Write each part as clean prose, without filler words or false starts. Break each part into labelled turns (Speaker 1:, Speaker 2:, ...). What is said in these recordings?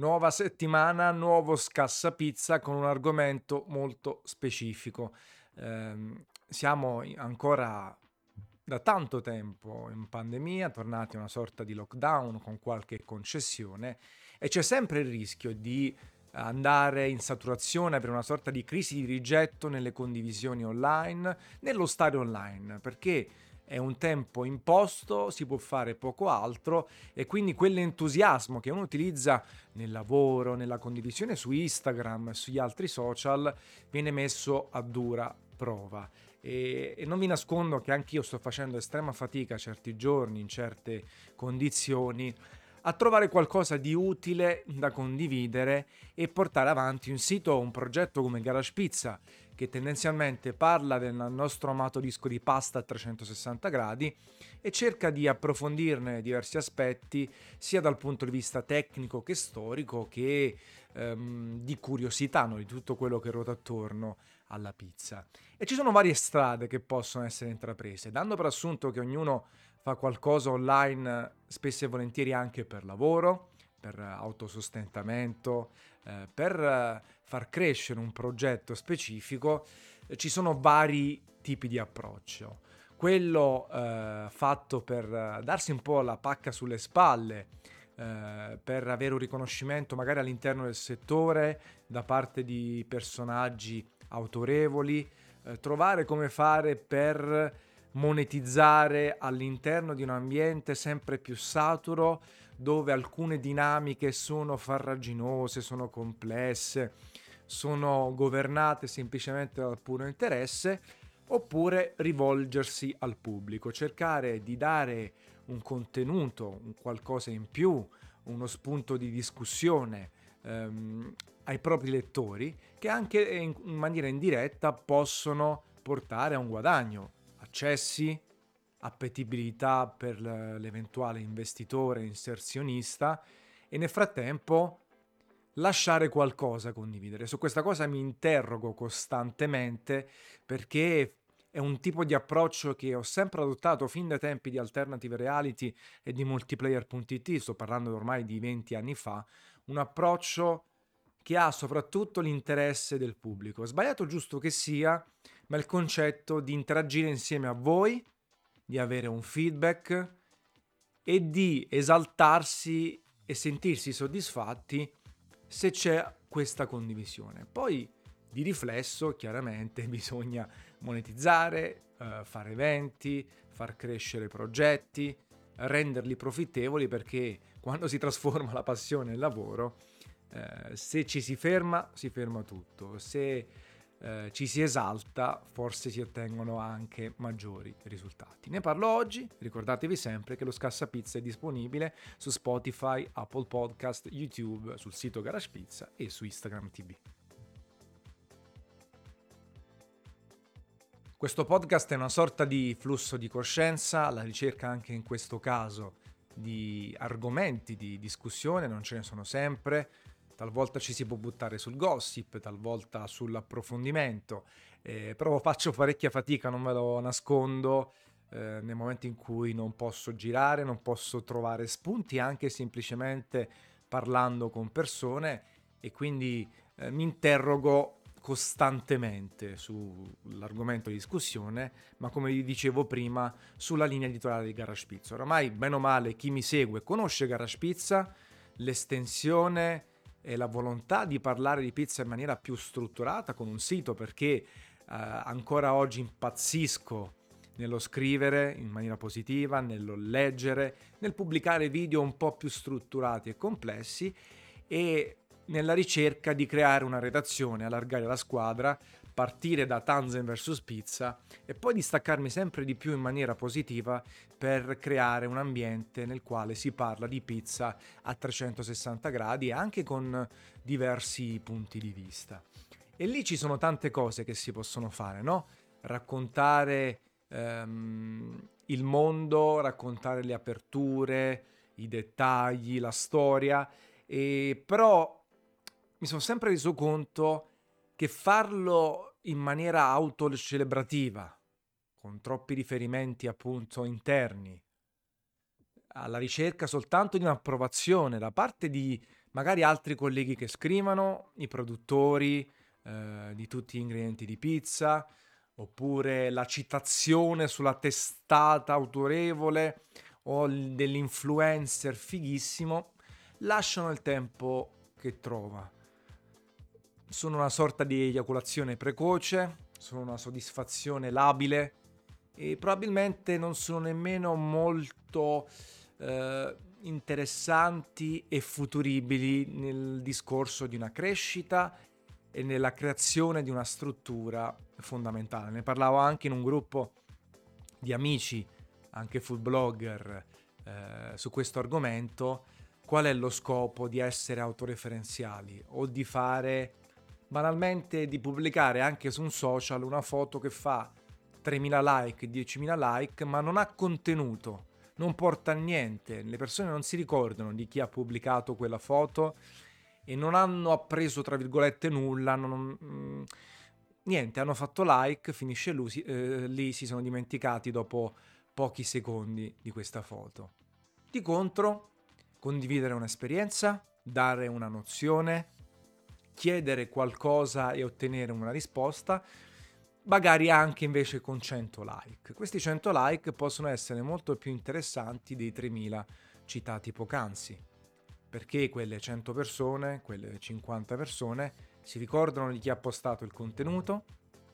Speaker 1: Nuova settimana, nuovo Scassapizza con un argomento molto specifico. Siamo ancora da tanto tempo in pandemia, tornati a una sorta di lockdown con qualche concessione e c'è sempre il rischio di andare in saturazione per una sorta di crisi di rigetto nelle condivisioni online, nello stare online, perché è un tempo imposto, si può fare poco altro e quindi quell'entusiasmo che uno utilizza nel lavoro, nella condivisione su Instagram e sugli altri social viene messo a dura prova. E non vi nascondo che anch'io sto facendo estrema fatica certi giorni, in certe condizioni, a trovare qualcosa di utile da condividere e portare avanti un sito o un progetto come Garage Pizza, che tendenzialmente parla del nostro amato disco di pasta a 360 gradi e cerca di approfondirne diversi aspetti, sia dal punto di vista tecnico che storico, che di curiosità, no? Di tutto quello che ruota attorno alla pizza. E ci sono varie strade che possono essere intraprese, dando per assunto che ognuno fa qualcosa online spesso e volentieri anche per lavoro, per autosostentamento, per far crescere un progetto specifico. Ci sono vari tipi di approccio. Quello fatto per darsi un po' la pacca sulle spalle, per avere un riconoscimento magari all'interno del settore da parte di personaggi autorevoli, trovare come fare per monetizzare all'interno di un ambiente sempre più saturo, dove alcune dinamiche sono farraginose, sono complesse, sono governate semplicemente dal puro interesse, oppure rivolgersi al pubblico, cercare di dare un contenuto, un qualcosa in più, uno spunto di discussione ai propri lettori, che anche in maniera indiretta possono portare a un guadagno, accessi, appetibilità per l'eventuale investitore inserzionista e nel frattempo lasciare qualcosa a condividere. Su questa cosa mi interrogo costantemente perché è un tipo di approccio che ho sempre adottato fin dai tempi di Alternative Reality e di Multiplayer.it, sto parlando ormai di 20 anni fa, un approccio che ha soprattutto l'interesse del pubblico. Sbagliato o giusto che sia, ma il concetto di interagire insieme a voi, di avere un feedback e di esaltarsi e sentirsi soddisfatti se c'è questa condivisione. Poi di riflesso chiaramente bisogna monetizzare, fare eventi, far crescere progetti, renderli profittevoli, perché quando si trasforma la passione nel lavoro, se ci si ferma tutto. Se ci si esalta, forse si ottengono anche maggiori risultati. Ne parlo oggi, ricordatevi sempre che lo Scassapizza è disponibile su Spotify, Apple Podcast, YouTube, sul sito Garage Pizza e su Instagram TV. Questo podcast è una sorta di flusso di coscienza, alla ricerca anche in questo caso di argomenti di discussione, non ce ne sono sempre, talvolta ci si può buttare sul gossip, talvolta sull'approfondimento, però faccio parecchia fatica, non ve lo nascondo, nel momento in cui non posso girare, non posso trovare spunti anche semplicemente parlando con persone e quindi mi interrogo costantemente sull'argomento di discussione, ma come vi dicevo prima, sulla linea editoriale di Garage Pizza. Oramai, bene o male, chi mi segue conosce Garage Pizza, l'estensione e la volontà di parlare di pizza in maniera più strutturata con un sito, perché ancora oggi impazzisco nello scrivere in maniera positiva, nello leggere, nel pubblicare video un po' più strutturati e complessi e nella ricerca di creare una redazione, allargare la squadra, partire da Tanzen vs Pizza e poi distaccarmi sempre di più in maniera positiva per creare un ambiente nel quale si parla di pizza a 360 gradi e anche con diversi punti di vista. E lì ci sono tante cose che si possono fare, no? Raccontare il mondo, raccontare le aperture, i dettagli, la storia, e però mi sono sempre reso conto che farlo in maniera autocelebrativa, con troppi riferimenti appunto interni, alla ricerca soltanto di un'approvazione da parte di magari altri colleghi che scrivono, i produttori di tutti gli ingredienti di pizza, oppure la citazione sulla testata autorevole o dell'influencer fighissimo, lasciano il tempo che trova. Sono una sorta di eiaculazione precoce, sono una soddisfazione labile e probabilmente non sono nemmeno molto interessanti e futuribili nel discorso di una crescita e nella creazione di una struttura fondamentale. Ne parlavo anche in un gruppo di amici, anche food blogger, su questo argomento. Qual è lo scopo di essere autoreferenziali o di fare banalmente di pubblicare anche su un social una foto che fa 3.000 like, 10.000 like, ma non ha contenuto, non porta a niente, le persone non si ricordano di chi ha pubblicato quella foto e non hanno appreso tra virgolette nulla, niente, hanno fatto like, finisce lì, si sono dimenticati dopo pochi secondi di questa foto. Di contro, condividere un'esperienza, dare una nozione, chiedere qualcosa e ottenere una risposta, magari anche invece con 100 like. Questi 100 like possono essere molto più interessanti dei 3.000 citati poc'anzi, perché quelle 100 persone, quelle 50 persone si ricordano di chi ha postato il contenuto,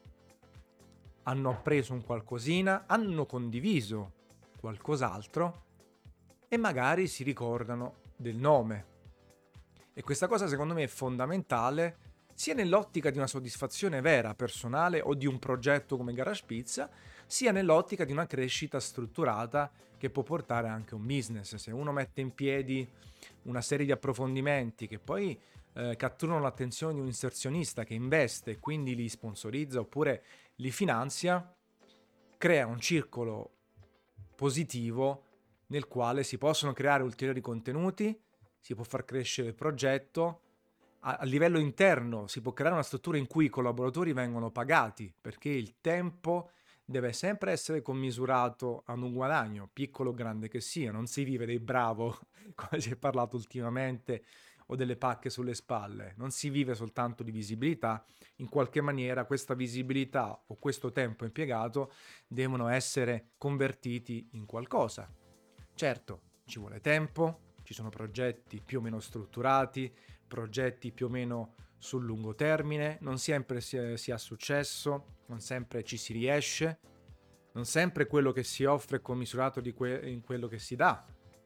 Speaker 1: hanno appreso un qualcosina, hanno condiviso qualcos'altro e magari si ricordano del nome. E questa cosa secondo me è fondamentale sia nell'ottica di una soddisfazione vera, personale o di un progetto come Garage Pizza, sia nell'ottica di una crescita strutturata che può portare anche un business. Se uno mette in piedi una serie di approfondimenti che poi catturano l'attenzione di un inserzionista che investe e quindi li sponsorizza oppure li finanzia, crea un circolo positivo nel quale si possono creare ulteriori contenuti, si può far crescere il progetto, a livello interno si può creare una struttura in cui i collaboratori vengono pagati, perché il tempo deve sempre essere commisurato ad un guadagno, piccolo o grande che sia, non si vive dei bravo, come si è parlato ultimamente, o delle pacche sulle spalle, non si vive soltanto di visibilità, in qualche maniera questa visibilità o questo tempo impiegato devono essere convertiti in qualcosa. Certo, ci vuole tempo, ci sono progetti più o meno strutturati, progetti più o meno sul lungo termine, non sempre si ha successo, non sempre ci si riesce, non sempre quello che si offre è commisurato in quello che si dà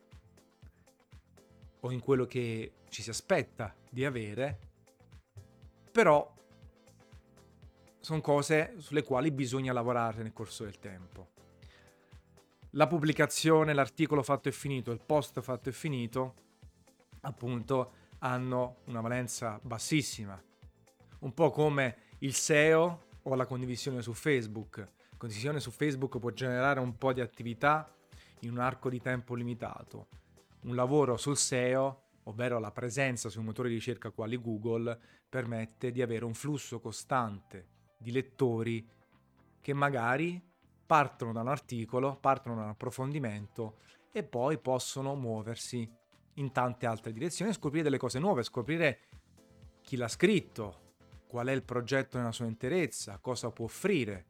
Speaker 1: o in quello che ci si aspetta di avere, però sono cose sulle quali bisogna lavorare nel corso del tempo. La pubblicazione, l'articolo fatto e finito, il post fatto e finito, appunto, hanno una valenza bassissima. Un po' come il SEO o la condivisione su Facebook. La condivisione su Facebook può generare un po' di attività in un arco di tempo limitato. Un lavoro sul SEO, ovvero la presenza sui motori di ricerca quali Google, permette di avere un flusso costante di lettori che magari partono da un articolo, partono da un approfondimento e poi possono muoversi in tante altre direzioni e scoprire delle cose nuove, scoprire chi l'ha scritto, qual è il progetto nella sua interezza, cosa può offrire.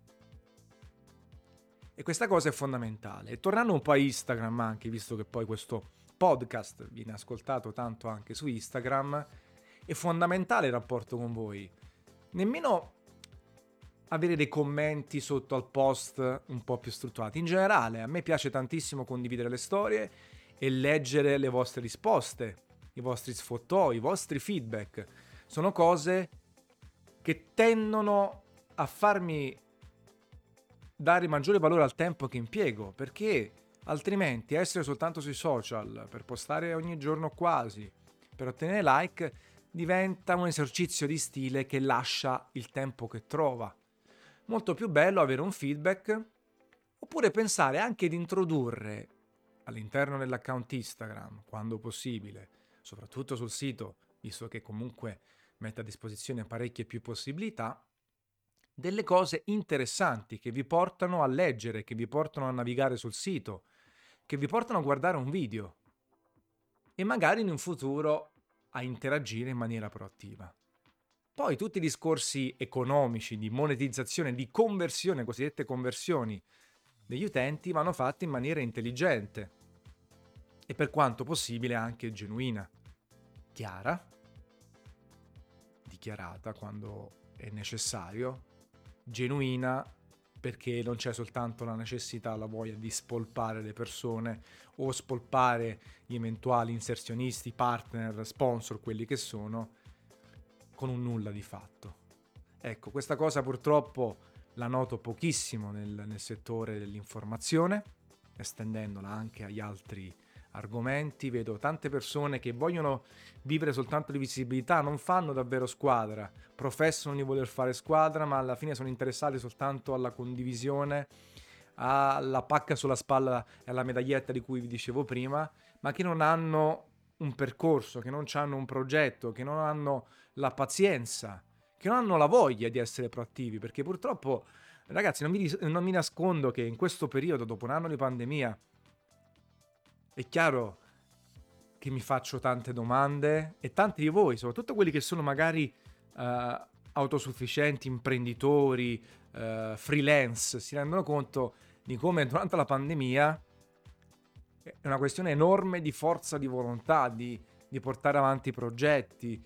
Speaker 1: E questa cosa è fondamentale. E tornando un po' a Instagram anche, visto che poi questo podcast viene ascoltato tanto anche su Instagram, è fondamentale il rapporto con voi. Nemmeno avere dei commenti sotto al post un po' più strutturati. In generale, a me piace tantissimo condividere le storie e leggere le vostre risposte, i vostri sfottò, i vostri feedback. Sono cose che tendono a farmi dare maggiore valore al tempo che impiego, perché altrimenti essere soltanto sui social, per postare ogni giorno quasi, per ottenere like, diventa un esercizio di stile che lascia il tempo che trova. Molto più bello avere un feedback, oppure pensare anche di introdurre all'interno dell'account Instagram, quando possibile, soprattutto sul sito, visto che comunque mette a disposizione parecchie più possibilità, delle cose interessanti che vi portano a leggere, che vi portano a navigare sul sito, che vi portano a guardare un video e magari in un futuro a interagire in maniera proattiva. Poi tutti i discorsi economici, di monetizzazione, di conversione, cosiddette conversioni degli utenti, vanno fatti in maniera intelligente e per quanto possibile anche genuina, chiara, dichiarata quando è necessario, genuina perché non c'è soltanto la necessità, la voglia di spolpare le persone o spolpare gli eventuali inserzionisti, partner, sponsor, quelli che sono, con un nulla di fatto. Ecco, questa cosa purtroppo la noto pochissimo nel settore dell'informazione, estendendola anche agli altri argomenti. Vedo tante persone che vogliono vivere soltanto di visibilità, non fanno davvero squadra, professano di voler fare squadra, ma alla fine sono interessati soltanto alla condivisione, alla pacca sulla spalla e alla medaglietta di cui vi dicevo prima, ma che non hanno un percorso, che non hanno un progetto, che non hanno la pazienza, che non hanno la voglia di essere proattivi, perché purtroppo, ragazzi, non mi nascondo che in questo periodo, dopo un anno di pandemia, è chiaro che mi faccio tante domande e tanti di voi, soprattutto quelli che sono magari autosufficienti, imprenditori, freelance, si rendono conto di come durante la pandemia è una questione enorme di forza di volontà, di portare avanti i progetti,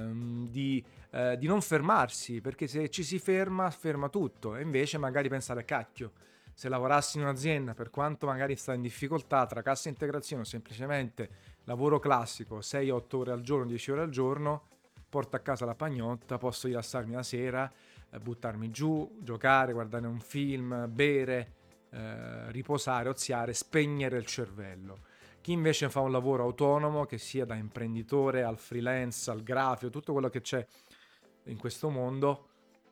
Speaker 1: di non fermarsi, perché se ci si ferma, ferma tutto. E invece magari pensare, cacchio, se lavorassi in un'azienda, per quanto magari sta in difficoltà, tra cassa integrazione o semplicemente lavoro classico, 6-8 ore al giorno, 10 ore al giorno, porto a casa la pagnotta, posso rilassarmi la sera, buttarmi giù, giocare, guardare un film, bere, riposare, oziare, spegnere il cervello. Chi invece fa un lavoro autonomo, che sia da imprenditore al freelance, al grafico, tutto quello che c'è in questo mondo,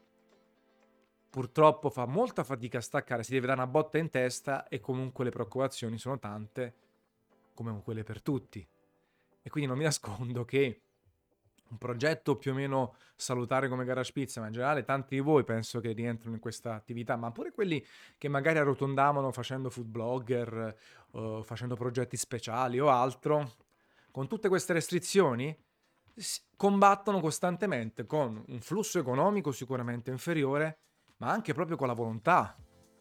Speaker 1: purtroppo fa molta fatica a staccare, si deve dare una botta in testa e comunque le preoccupazioni sono tante, come quelle per tutti. E quindi non mi nascondo che un progetto più o meno salutare come Garage Pizza, ma in generale tanti di voi penso che rientrano in questa attività, ma pure quelli che magari arrotondavano facendo food blogger, facendo progetti speciali o altro, con tutte queste restrizioni combattono costantemente con un flusso economico sicuramente inferiore, ma anche proprio con la volontà,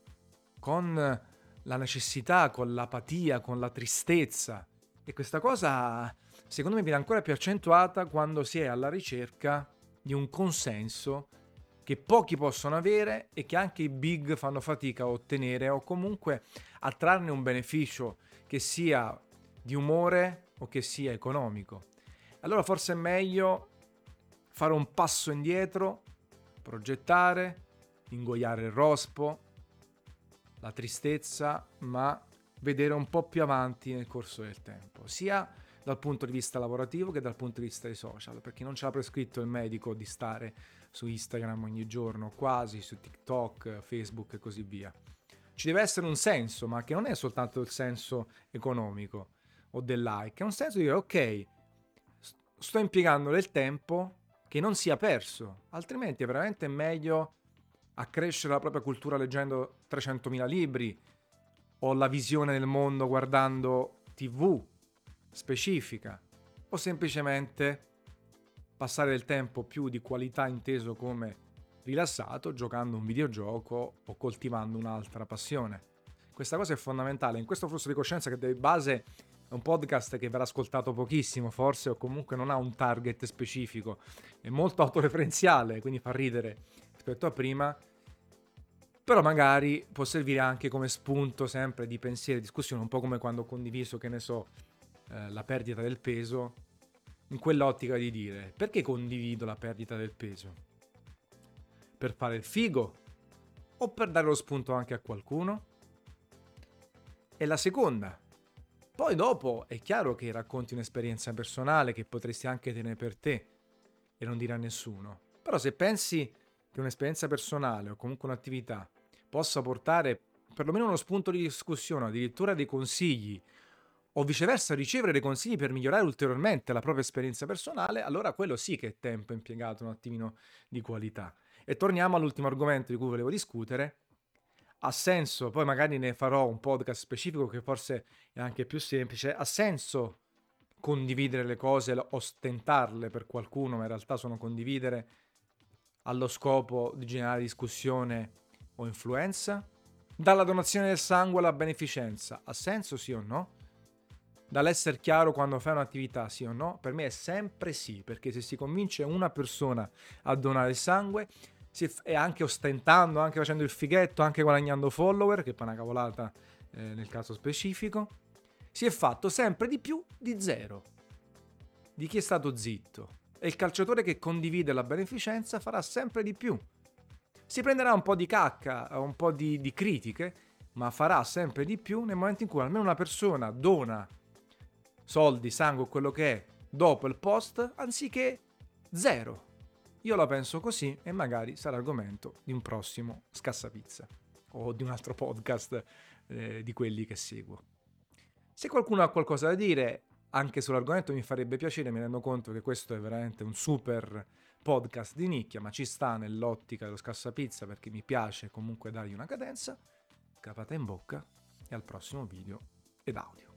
Speaker 1: con la necessità, con l'apatia, con la tristezza. E questa cosa secondo me viene ancora più accentuata quando si è alla ricerca di un consenso che pochi possono avere e che anche i big fanno fatica a ottenere, o comunque a trarne un beneficio, che sia di umore o che sia economico. Allora forse è meglio fare un passo indietro, progettare, ingoiare il rospo, la tristezza, ma vedere un po' più avanti nel corso del tempo, sia dal punto di vista lavorativo che dal punto di vista dei social, perché non ce l'ha prescritto il medico di stare su Instagram ogni giorno, quasi su TikTok, Facebook e così via. Ci deve essere un senso, ma che non è soltanto il senso economico o del like, è un senso di dire ok, sto impiegando del tempo che non sia perso, altrimenti è veramente meglio accrescere la propria cultura leggendo 300.000 libri o la visione del mondo guardando TV specifica, o semplicemente passare del tempo più di qualità inteso come rilassato giocando un videogioco o coltivando un'altra passione. Questa cosa è fondamentale in questo flusso di coscienza, che di base è un podcast che verrà ascoltato pochissimo forse, o comunque non ha un target specifico, è molto autoreferenziale, quindi fa ridere rispetto a prima, però magari può servire anche come spunto sempre di pensiero e discussione, un po' come quando ho condiviso, che ne so, la perdita del peso, in quell'ottica di dire perché condivido la perdita del peso? Per fare il figo o per dare lo spunto anche a qualcuno? E la seconda. Poi dopo è chiaro che racconti un'esperienza personale che potresti anche tenere per te e non dire a nessuno. Però se pensi che un'esperienza personale o comunque un'attività possa portare perlomeno uno spunto di discussione, addirittura dei consigli, o viceversa ricevere dei consigli per migliorare ulteriormente la propria esperienza personale, allora quello sì che è tempo impiegato un attimino di qualità. E torniamo all'ultimo argomento di cui volevo discutere. Ha senso, poi magari ne farò un podcast specifico che forse è anche più semplice, ha senso condividere le cose, ostentarle per qualcuno, ma in realtà sono condividere allo scopo di generare discussione o influenza? Dalla donazione del sangue alla beneficenza, ha senso sì o no? Dall'essere chiaro quando fai un'attività, sì o no? Per me è sempre sì, perché se si convince una persona a donare il sangue, e anche ostentando, anche facendo il fighetto, anche guadagnando follower, che è una cavolata nel caso specifico, si è fatto sempre di più di zero, di chi è stato zitto. E il calciatore che condivide la beneficenza farà sempre di più. Si prenderà un po' di cacca, un po' di critiche, ma farà sempre di più nel momento in cui almeno una persona dona soldi, sangue o quello che è dopo il post, anziché zero. Io la penso così e magari sarà argomento di un prossimo Scassapizza o di un altro podcast di quelli che seguo. Se qualcuno ha qualcosa da dire anche sull'argomento mi farebbe piacere, mi rendo conto che questo è veramente un super podcast di nicchia, ma ci sta nell'ottica dello Scassapizza perché mi piace comunque dargli una cadenza. Capata in bocca e al prossimo video ed audio.